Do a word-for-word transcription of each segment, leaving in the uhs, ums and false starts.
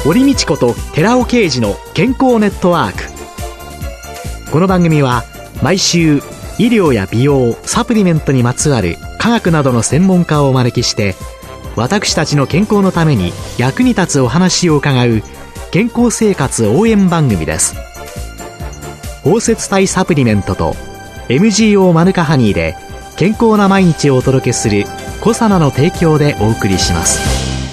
堀道子と寺尾啓二の健康ネットワーク。この番組は毎週医療や美容、サプリメントにまつわる科学などの専門家をお招きして、私たちの健康のために役に立つお話を伺う健康生活応援番組です。包摂体サプリメントと エムジーオー マヌカハニーで健康な毎日をお届けするコサナの提供でお送りします。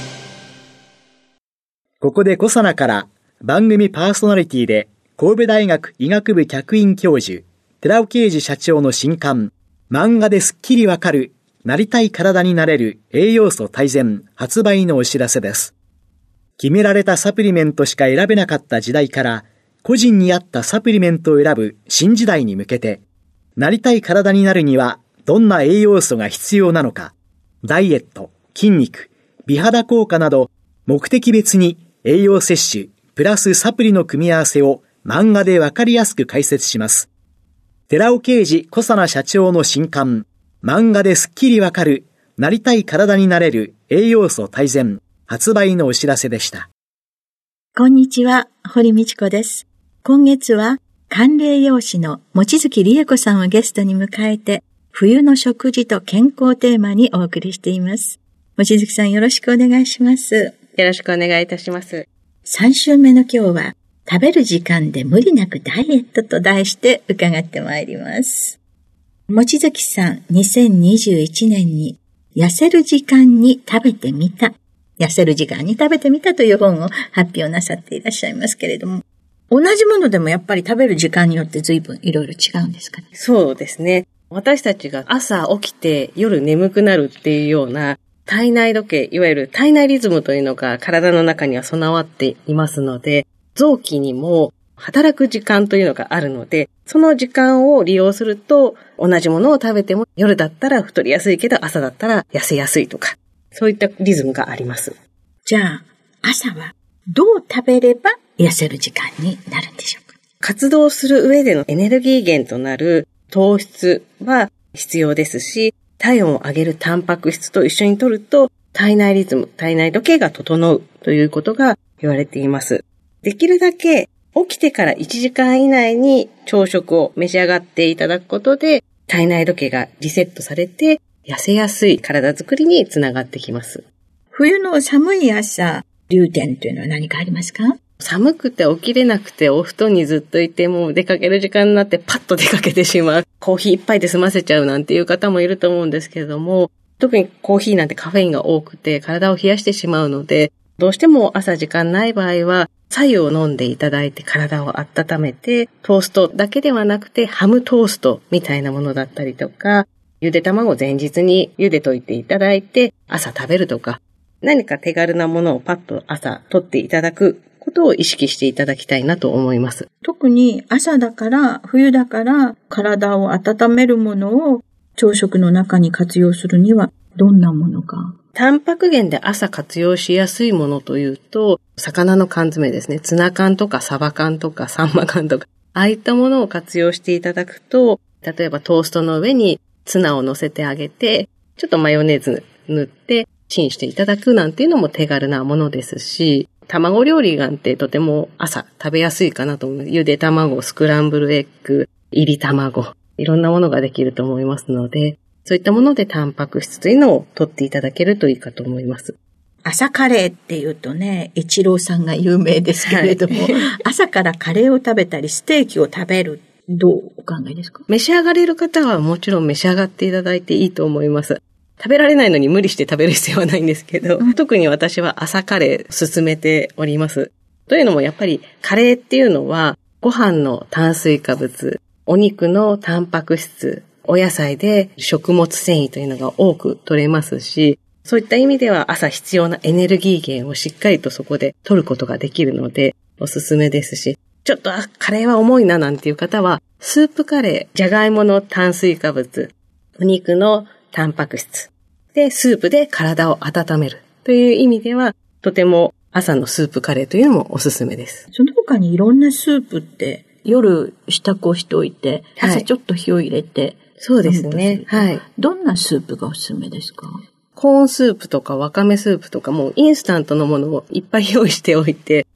ここでコサナから番組パーソナリティで神戸大学医学部客員教授寺尾啓二社長の新刊、漫画ですっきりわかるなりたい体になれる栄養素大全発売のお知らせです。決められたサプリメントしか選べなかった時代から個人に合ったサプリメントを選ぶ新時代に向けて、なりたい体になるにはどんな栄養素が必要なのか、ダイエット、筋肉、美肌効果など目的別に栄養摂取プラスサプリの組み合わせを漫画でわかりやすく解説します。寺尾啓二小佐奈社長の新刊、漫画ですっきりわかるなりたい体になれる栄養素大全発売のお知らせでした。 こんにちは、堀道子です。今月は管理栄養士の望月理恵子さんをゲストに迎えて、冬の食事と健康をテーマにお送りしています。望月さん、よろしくお願いします。 よろしくお願いいたします。 さん週目の今日は、食べる時間で無理なくダイエットと題して伺ってまいります。望月さん、にせんにじゅういちねんに痩せる時間に食べてみた、痩せる時間に食べてみたという本を発表なさっていらっしゃいますけれども、同じものでもやっぱり食べる時間によって随分いろいろ違うんですかね。 そうですね。私たちが朝起きて夜眠くなるっていうような体内時計、いわゆる体内リズムというのが体の中には備わっていますので、臓器にも働く時間というのがあるので、その時間を利用すると同じものを食べても夜だったら太りやすいけど朝だったら痩せやすいとか、そういったリズムがあります。 じゃあ朝はどう食べれば痩せる時間になるんでしょうか。 活動する上でのエネルギー源となる糖質は必要ですし、体温を上げるタンパク質と一緒に摂ると体内リズム、体内時計が整うということが言われています。できるだけ起きてからいちじかん以内に朝食を召し上がっていただくことで体内時計がリセットされて痩せやすい体づくりにつながってきます。 冬の寒い朝、流点というのは何かありますか？ 寒くて起きれなくてお布団にずっといてもう出かける時間になってパッと出かけてしまう。コーヒー一杯で済ませちゃうなんていう方もいると思うんですけれども、特にコーヒーなんてカフェインが多くて体を冷やしてしまうので、どうしても朝時間ない場合は白湯を飲んでいただいて体を温めて、トーストだけではなくてハムトーストみたいなものだったりとか、ゆで卵を前日に茹でといていただいて朝食べるとか、何か手軽なものをパッと朝取っていただくことを意識していただきたいなと思います。 特に朝だから冬だから体を温めるものを朝食の中に活用するにはどんなものか。 タンパク源で朝活用しやすいものというと、魚の缶詰ですね。ツナ缶とかサバ缶とかサンマ缶とか、ああいったものを活用していただくと、例えばトーストの上にツナを乗せてあげて、ちょっとマヨネーズ塗ってチンしていただくなんていうのも手軽なものですし、卵料理なんてとても朝食べやすいかなと思います。ゆで卵、スクランブルエッグ、入り卵、いろんなものができると思いますので、そういったものでタンパク質というのを取っていただけるといいかと思います。 朝カレーっていうとね、イチローさんが有名ですけれども、はい、朝からカレーを食べたりステーキを食べる、どうお考えですか？ 召し上がれる方はもちろん召し上がっていただいていいと思います。食べられないのに無理して食べる必要はないんですけど、うん、特に私は朝カレー勧めております。というのもやっぱりカレーっていうのはご飯の炭水化物、お肉のタンパク質、お野菜で食物繊維というのが多く取れますし、そういった意味では朝必要なエネルギー源をしっかりとそこで取ることができるのでおすすめですし、ちょっとあカレーは重いななんていう方はスープカレー、じゃがいもの炭水化物、お肉のタンパク質でスープで体を温めるという意味ではとても朝のスープカレーというのもおすすめです。 その他にいろんなスープって夜支度をしておいて朝ちょっと火を入れて、はい、 そうですね。はい。 どんなスープがおすすめですか？ コーンスープとかわかめスープとかもうインスタントのものをいっぱい用意しておいて、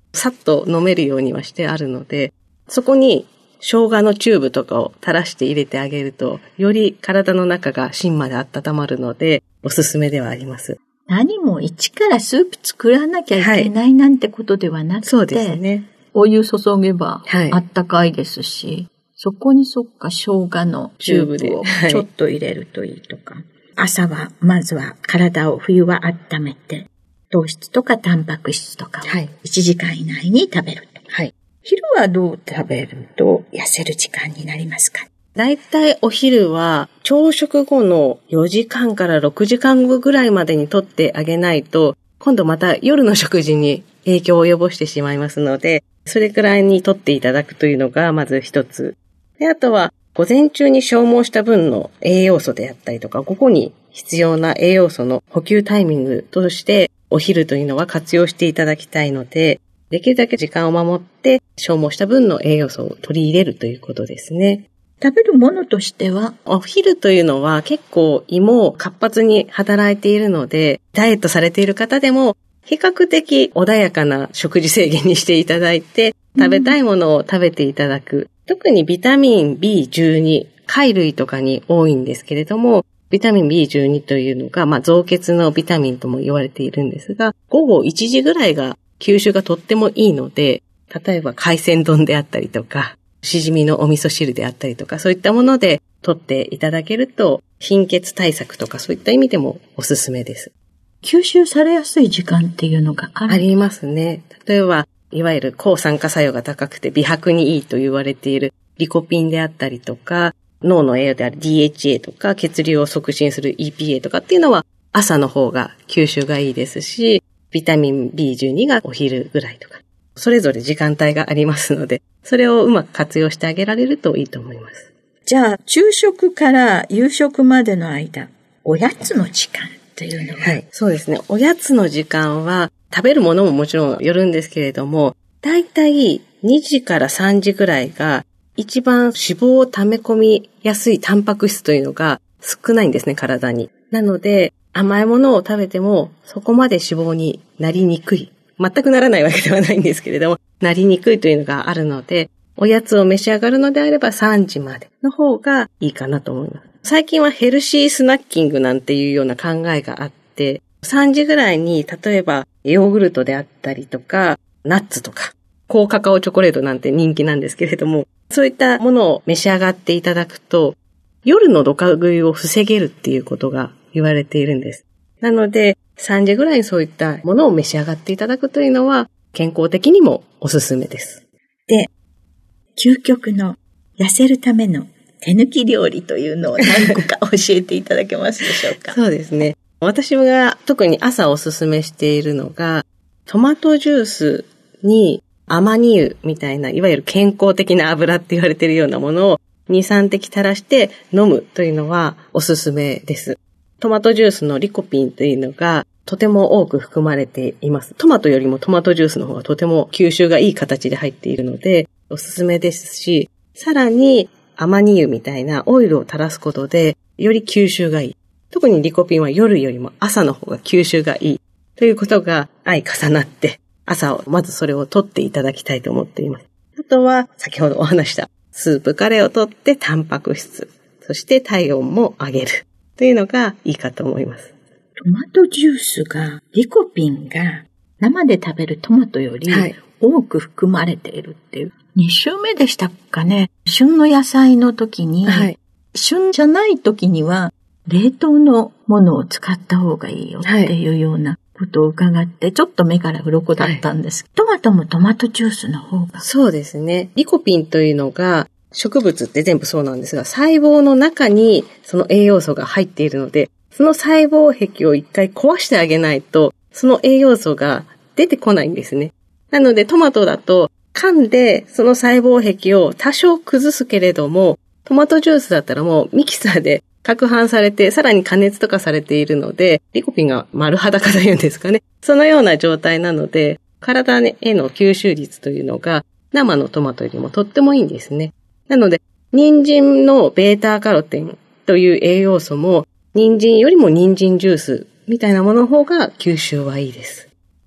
さっと飲めるようにはしてあるので、そこに生姜のチューブとかを垂らして入れてあげると、より体の中が芯まで温まるので、おすすめではあります。 何も一からスープ作らなきゃいけないなんてことではなくて、 そうですね。 お湯注げばはいあったかいですし、そこにそっか生姜のチューブをちょっと入れるといいとか。朝は、まずは体を冬は温めて、糖質とかタンパク質とかをいちじかん以内に食べると。 はい。 昼はどう食べると痩せる時間になりますか？ だいたいお昼は朝食後のよじかんからろくじかんごぐらいまでにとってあげないと、今度また夜の食事に影響を及ぼしてしまいますので、それくらいにとっていただくというのがまず一つ。で、あとは午前中に消耗した分の栄養素であったりとか、午後に必要な栄養素の補給タイミングとしてお昼というのは活用していただきたいので、できるだけ時間を守って消耗した分の栄養素を取り入れるということですね。 食べるものとしては、 お昼というのは結構胃も活発に働いているので、ダイエットされている方でも比較的穏やかな食事制限にしていただいて、食べたいものを食べていただく。うん、特にビタミン ビーじゅうに、貝類とかに多いんですけれども、ビタミン ビーじゅうに というのが、まあ、造血のビタミンとも言われているんですが、午後いちじぐらいが吸収がとってもいいので、例えば海鮮丼であったりとか、しじみのお味噌汁であったりとか、そういったもので取っていただけると、貧血対策とかそういった意味でもおすすめです。 吸収されやすい時間っていうのがある？ ありますね。例えば、いわゆる抗酸化作用が高くて美白にいいと言われているリコピンであったりとか、脳の栄養である ディーエイチエー とか、血流を促進する イーピーエー とかっていうのは朝の方が吸収がいいですし、ビタミン ビーじゅうに がお昼ぐらいとか、それぞれ時間帯がありますので、それをうまく活用してあげられるといいと思います。 じゃあ、昼食から夕食までの間、おやつの時間というのは、 はい、そうですね。おやつの時間は、食べるものももちろんよるんですけれども、だいたいにじからさんじぐらいが一番脂肪を溜め込みやすいタンパク質というのが少ないんですね、体に。なので、甘いものを食べてもそこまで脂肪になりにくい。全くならないわけではないんですけれども、なりにくいというのがあるので、おやつを召し上がるのであればさんじまでの方がいいかなと思います。最近はヘルシースナッキングなんていうような考えがあって、さんじぐらいに例えばヨーグルトであったりとか、ナッツとか、高カカオチョコレートなんて人気なんですけれども、そういったものを召し上がっていただくと、夜のドカ食いを防げるっていうことが言われているんです。なので、さんじぐらいにそういったものを召し上がっていただくというのは、健康的にもおすすめです。 で、究極の痩せるための手抜き料理というのを何個か教えていただけますでしょうか？ そうですね。私が特に朝おすすめしているのが、トマトジュースにアマニ油みたいな、いわゆる健康的な油って言われているようなものをに、さんてき垂らして飲むというのはおすすめです。トマトジュースのリコピンというのがとても多く含まれています。トマトよりもトマトジュースの方がとても吸収がいい形で入っているのでおすすめですし、さらにアマニ油みたいなオイルを垂らすことでより吸収がいい。特にリコピンは夜よりも朝の方が吸収がいいということが相重なって、朝をまずそれを取っていただきたいと思っています。あとは先ほどお話したスープカレーを取ってタンパク質、そして体温も上げるというのがいいかと思います。 トマトジュースが、リコピンが生で食べるトマトより多く含まれているっていう。はい、に週目でしたかね。旬の野菜の時に、はい、旬じゃない時には冷凍のものを使った方がいいよっていうようなことを伺って、はい、ちょっと目から鱗だったんです。はい、トマトもトマトジュースの方が。 そうですね。リコピンというのが、植物って全部そうなんですが、細胞の中にその栄養素が入っているので、その細胞壁を一回壊してあげないと、その栄養素が出てこないんですね。なのでトマトだと噛んでその細胞壁を多少崩すけれども、トマトジュースだったらもうミキサーで攪拌されて、さらに加熱とかされているので、リコピンが丸裸というんですかね。そのような状態なので、体への吸収率というのが生のトマトよりもとってもいいんですね。なので、人参のベータカロテンという栄養素も、人参よりも人参ジュースみたいなものの方が吸収はいいです。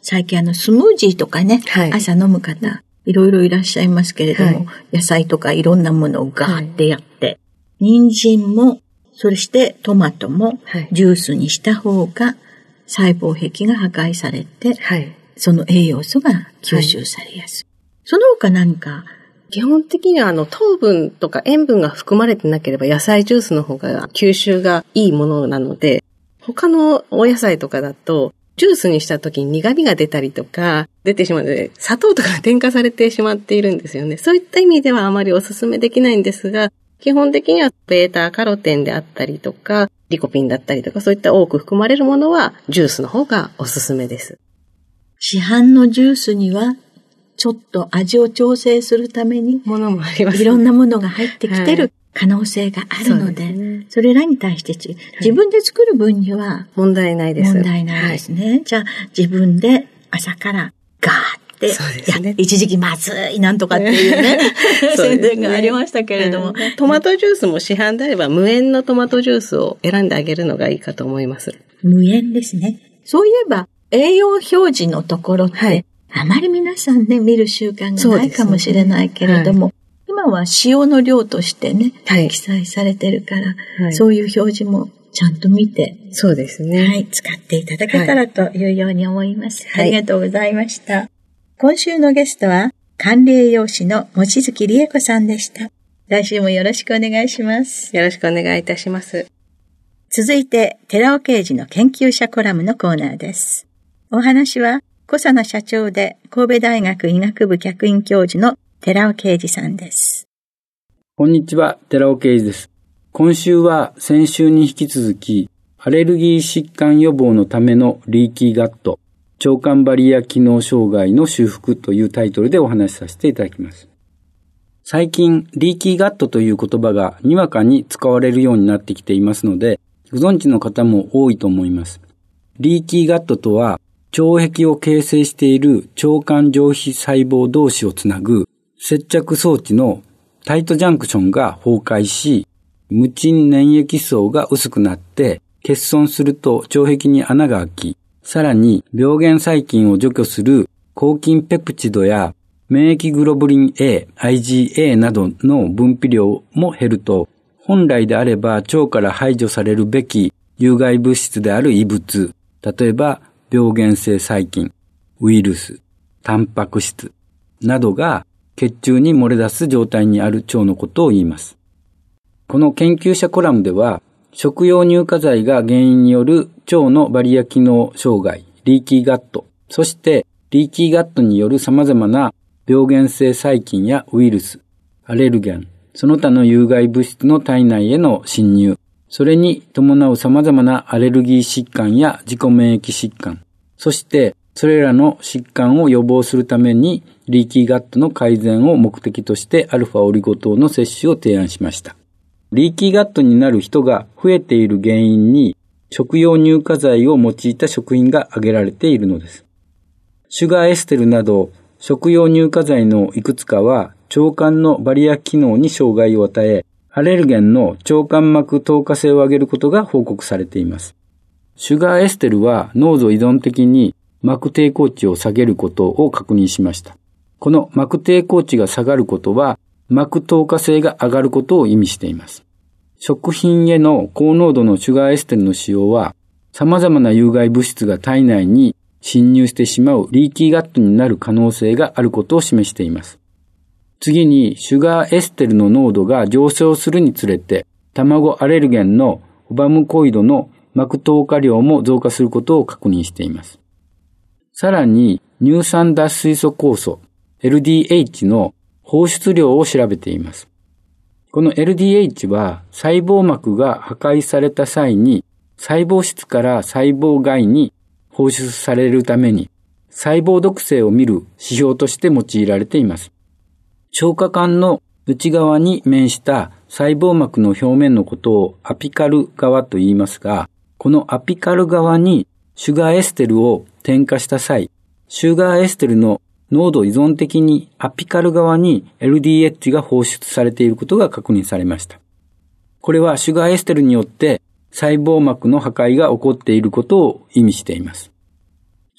最近あのスムージーとかね、はい、朝飲む方、いろいろいらっしゃいますけれども、はい、野菜とかいろんなものをガーってやって、はい、人参も、そしてトマトもジュースにした方が細胞壁が破壊されて、はい、その栄養素が吸収されやすい。はい、その他何か基本的にはあの糖分とか塩分が含まれてなければ野菜ジュースの方が吸収がいいものなので、他のお野菜とかだとジュースにした時に苦味が出たりとか出てしまうので、砂糖とかが添加されてしまっているんですよね。そういった意味ではあまりお勧めできないんですが、基本的にはベータカロテンであったりとかリコピンだったりとかそういった多く含まれるものはジュースの方がおすすめです。 市販のジュースにはちょっと味を調整するためにものもあります、ね、 いろんなものが入ってきてる可能性があるので、はい、そでね、それらに対して自分で作る分には問題ないです。 問題ないですね。はい、じゃあ自分で朝からガーッで、そうですね、一時期まずいなんとかっていうね、宣伝がありましたけれども、 ね、トマトジュースも市販であれば無塩のトマトジュースを選んであげるのがいいかと思います。 無塩ですね。そういえば栄養表示のところって、はい、あまり皆さんね見る習慣がないかもしれないけれども、ね、はい、今は塩の量としてね、はい、記載されてるから、はい、そういう表示もちゃんと見て、 そうですね、 はい、使っていただけたらというように思います。はい、ありがとうございました。今週のゲストは管理栄養士の望月理恵子さんでした。来週もよろしくお願いします。 よろしくお願いいたします。 続いて寺尾啓二の研究者コラムのコーナーです。お話は小佐奈社長で神戸大学医学部客員教授の寺尾啓二さんです。 こんにちは、寺尾啓二です。今週は先週に引き続きアレルギー疾患予防のためのリーキーガット、腸管バリア機能障害の修復というタイトルでお話しさせていただきます。最近、リーキーガットという言葉がにわかに使われるようになってきていますので、ご存知の方も多いと思います。リーキーガットとは、腸壁を形成している腸管上皮細胞同士をつなぐ接着装置のタイトジャンクションが崩壊し、無鎮粘液層が薄くなって欠損すると腸壁に穴が開き、さらに病原細菌を除去する抗菌ペプチドや免疫グロブリン A、アイジーエー などの分泌量も減ると、本来であれば腸から排除されるべき有害物質である異物、例えば病原性細菌、ウイルス、タンパク質などが血中に漏れ出す状態にある腸のことを言います。この研究者コラムでは、食用乳化剤が原因による腸のバリア機能障害、リーキーガット、そしてリーキーガットによる様々な病原性細菌やウイルス、アレルゲン、その他の有害物質の体内への侵入、それに伴う様々なアレルギー疾患や自己免疫疾患、そしてそれらの疾患を予防するためにリーキーガットの改善を目的としてアルファオリゴ糖の摂取を提案しました。リーキーガットになる人が増えている原因に食用乳化剤を用いた食品が挙げられているのです。シュガーエステルなど食用乳化剤のいくつかは腸管のバリア機能に障害を与え、アレルゲンの腸間膜透過性を上げることが報告されています。シュガーエステルは濃度依存的に膜抵抗値を下げることを確認しました。この膜抵抗値が下がることは膜透過性が上がることを意味しています。食品への高濃度のシュガーエステルの使用は様々な有害物質が体内に侵入してしまうリーキーガットになる可能性があることを示しています。次に、シュガーエステルの濃度が上昇するにつれて、卵アレルゲンのオバムコイドの膜透過量も増加することを確認しています。さらに、乳酸脱水素酵素 エルディーエイチ の放出量を調べています。この エルディーエイチ は細胞膜が破壊された際に細胞質から細胞外に放出されるために細胞毒性を見る指標として用いられています。腸下管の内側に面した細胞膜の表面のことをアピカル側と言いますが、このアピカル側にシュガーエステルを添加した際、シュガーエステルの濃度依存的にアピカル側に エルディーエイチ が放出されていることが確認されました。これはシュガーエステルによって細胞膜の破壊が起こっていることを意味しています。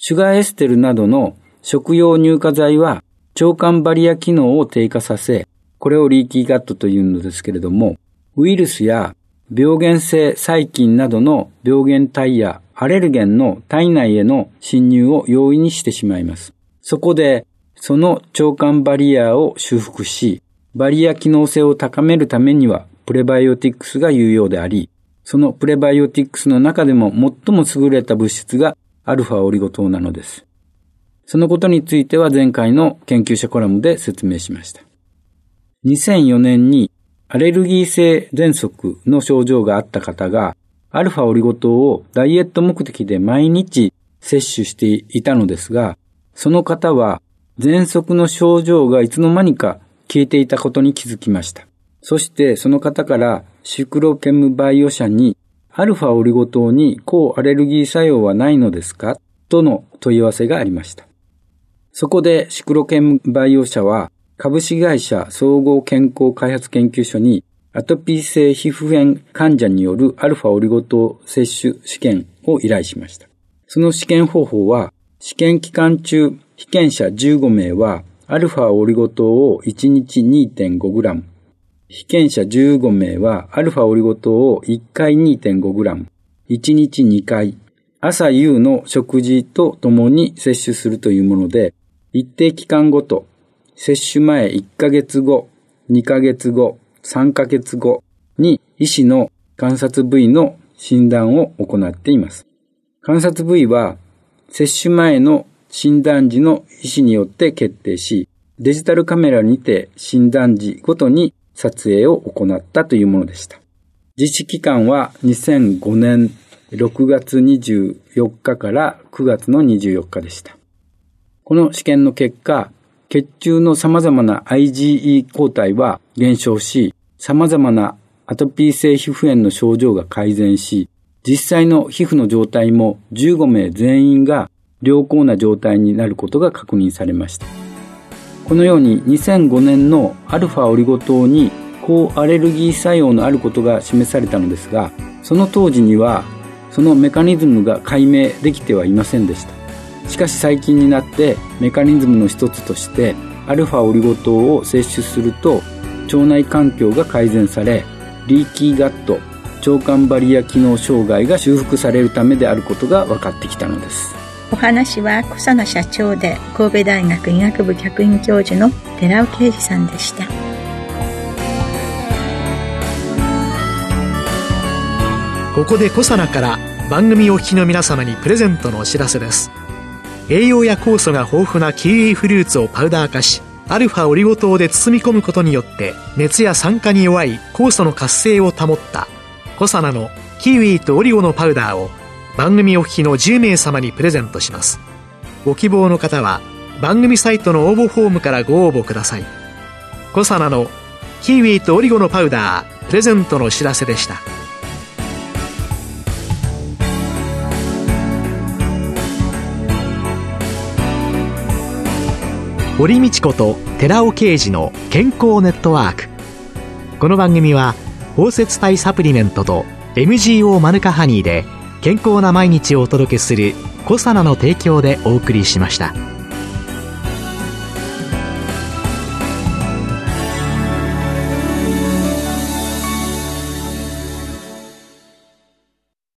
シュガーエステルなどの食用乳化剤は腸管バリア機能を低下させ、これをリーキーガットというのですけれども、ウイルスや病原性細菌などの病原体やアレルゲンの体内への侵入を容易にしてしまいます。そこで、その腸管バリアを修復し、バリア機能性を高めるためにはプレバイオティクスが有用であり、そのプレバイオティクスの中でも最も優れた物質がアルファオリゴ糖なのです。そのことについては前回の研究者コラムで説明しました。にせんよねんにアレルギー性喘息の症状があった方がアルファオリゴ糖をダイエット目的で毎日摂取していたのですが、その方は喘息の症状がいつの間にか消えていたことに気づきました。そしてその方からシクロケムバイオ社にアルファオリゴ糖に抗アレルギー作用はないのですかとの問い合わせがありました。そこでシクロケムバイオ社は株式会社総合健康開発研究所にアトピー性皮膚炎患者によるアルファオリゴ糖摂取試験を依頼しました。その試験方法は試験期間中被験者じゅうごめいはアルファオリゴ糖をいちにち にてんごグラム、被験者じゅうごめいはアルファオリゴ糖をいっかい にてんごグラム、いちにちにかい、朝夕の食事とともに摂取するというもので、一定期間ごと、接種前いっかげつご、にかげつご、さんかげつごに医師の観察部位の診断を行っています。観察部位は接種前の診断時の医師によって決定し、デジタルカメラにて診断時ごとに撮影を行ったというものでした。実施期間はにせんごねんろくがつにじゅうよっかからくがつのにじゅうよっかでした。この試験の結果、血中の様々な アイジーイー 抗体は減少し、様々なアトピー性皮膚炎の症状が改善し、実際の皮膚の状態もじゅうごめい全員が良好な状態になることが確認されました。このようににせんごねんのアルファオリゴ糖に抗アレルギー作用のあることが示されたのですが、その当時にはそのメカニズムが解明できてはいませんでした。しかし最近になってメカニズムの一つとしてアルファオリゴ糖を摂取すると腸内環境が改善され、リーキーガット、腸管バリア機能障害が修復されるためであることが分かってきたのです。 お話は小佐野社長で神戸大学医学部客員教授の寺尾啓二さんでした。 ここで小佐野から番組お聞きの皆様にプレゼントのお知らせです。栄養や酵素が豊富なキウイフルーツをパウダー化し、アルファオリゴ糖で包み込むことによって熱や酸化に弱い酵素の活性を保った小佐野のキウイとオリゴのパウダーを番組お聞きのじゅうめいさまにプレゼントします。ご希望の方は番組サイトの応募フォームからご応募ください。小佐野のキウイとオリゴのパウダープレゼントのお知らせでした。堀道子と寺尾啓二の健康ネットワーク。この番組は包摂体サプリメントと エムジーオー マヌカハニーで健康な毎日をお届けするコサナの提供でお送りしました。